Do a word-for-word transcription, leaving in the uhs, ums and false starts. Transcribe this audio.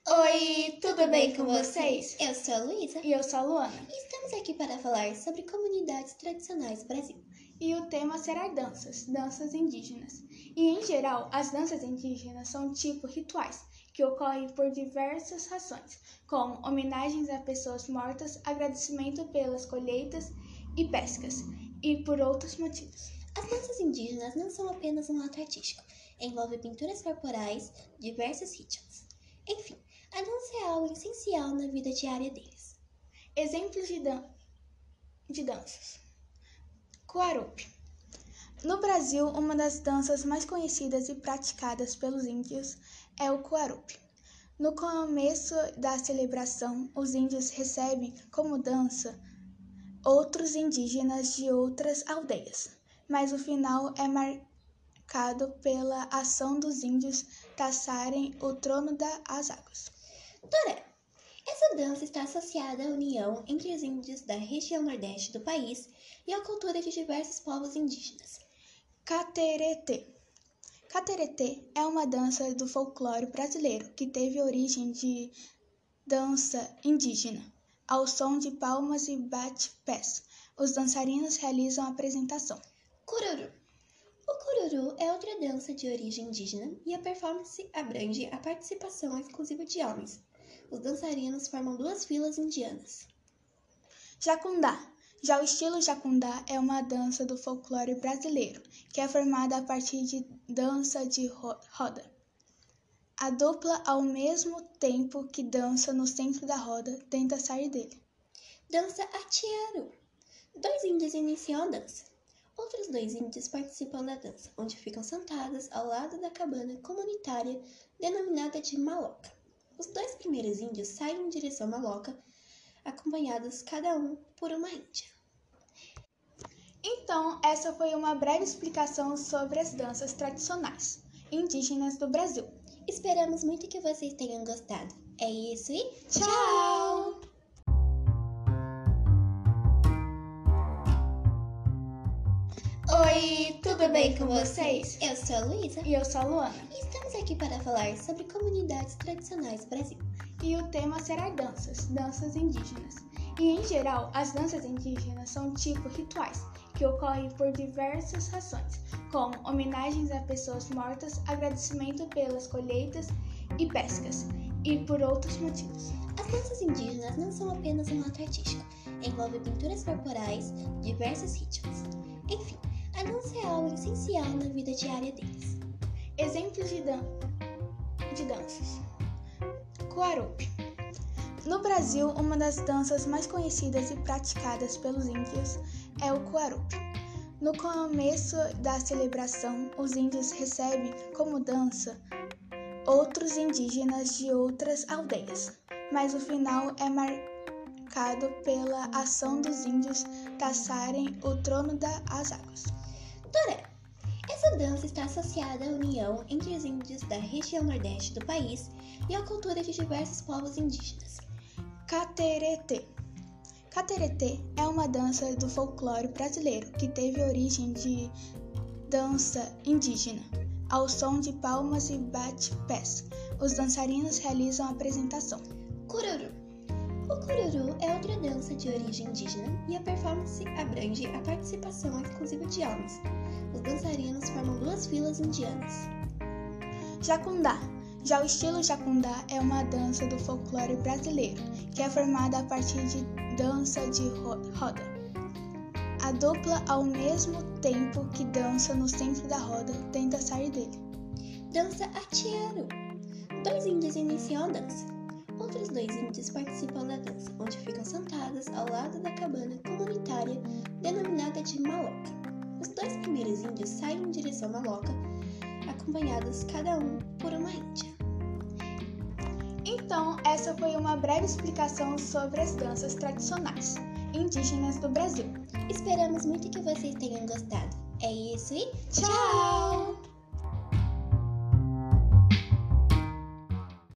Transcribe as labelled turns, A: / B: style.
A: Oi, tudo bem com vocês?
B: Eu sou a Luísa.
A: E eu sou a Luana.
B: E estamos aqui para falar sobre comunidades tradicionais do Brasil.
A: E o tema será danças, danças indígenas. E, em geral, as danças indígenas são tipo rituais, que ocorrem por diversas razões, como homenagens a pessoas mortas, agradecimento pelas colheitas e pescas, e por outros motivos.
B: As danças indígenas não são apenas um ato artístico, envolve pinturas corporais, diversos ritmos. Enfim, a dança é algo essencial na vida diária deles.
A: Exemplos de, dan de danças. Coarupi. No Brasil, uma das danças mais conhecidas e praticadas pelos índios é o coarupi. No começo da celebração, os índios recebem como dança outros indígenas de outras aldeias, mas o final é marcado pela ação dos índios taçarem o trono das águas.
B: Toré. Essa dança está associada à união entre os índios da região nordeste do país e à cultura de diversos povos indígenas.
A: Cateretê. Cateretê é uma dança do folclore brasileiro que teve origem de dança indígena. Ao som de palmas e bate-pés, os dançarinos realizam a apresentação.
B: Cururu. O cururu é outra dança de origem indígena e a performance abrange a participação exclusiva de homens. Os dançarinos formam duas filas indianas.
A: Jacundá. Já o estilo jacundá é uma dança do folclore brasileiro, que é formada a partir de dança de roda. A dupla, ao mesmo tempo que dança no centro da roda, tenta sair dele.
B: Dança atiaru. Dois índios iniciam a dança. Outros dois índios participam da dança, onde ficam sentados ao lado da cabana comunitária denominada de maloca. Os dois primeiros índios saem em direção à maloca, acompanhados cada um por uma índia.
A: Então, essa foi uma breve explicação sobre as danças tradicionais indígenas do Brasil.
B: Esperamos muito que vocês tenham gostado. É isso e
A: tchau! Oi, tudo bem com vocês?
B: Eu sou a Luísa.
A: E eu sou a Luana.
B: E estamos aqui para falar sobre comunidades tradicionais do Brasil.
A: E o tema será danças, danças indígenas. E, em geral, as danças indígenas são tipo rituais, que ocorrem por diversas razões, como homenagens a pessoas mortas, agradecimento pelas colheitas e pescas, e por outros motivos.
B: As danças indígenas não são apenas um ato artístico, envolve pinturas corporais, diversos ritmos. Enfim, a dança é algo essencial na vida diária deles.
A: Exemplos de, dan de danças. Coarupi. No Brasil, uma das danças mais conhecidas e praticadas pelos índios é o coarupi. No começo da celebração, os índios recebem como dança outros indígenas de outras aldeias, mas o final é marcado pela ação dos índios taçarem o trono das águas.
B: Toré. Essa dança está associada à união entre os índios da região nordeste do país e à cultura de diversos povos indígenas.
A: Cateretê. Cateretê é uma dança do folclore brasileiro que teve origem de dança indígena. Ao som de palmas e bate-pés, os dançarinos realizam a apresentação.
B: Cururu. O cururu é outra dança de origem indígena e a performance abrange a participação exclusiva de homens. Os dançarinos formam duas filas indianas.
A: Jacundá. Já o estilo jacundá é uma dança do folclore brasileiro, que é formada a partir de dança de roda. A dupla, ao mesmo tempo que dança no centro da roda, tenta sair dele.
B: Dança atiaru. Dois índios iniciam a dança. Outros dois índios participam da dança, onde ficam sentados ao lado da cabana comunitária denominada de maloca. Os dois primeiros índios saem em direção à maloca, acompanhados cada um por uma índia.
A: Então, essa foi uma breve explicação sobre as danças tradicionais indígenas do Brasil.
B: Esperamos muito que vocês tenham gostado. É isso e
A: tchau!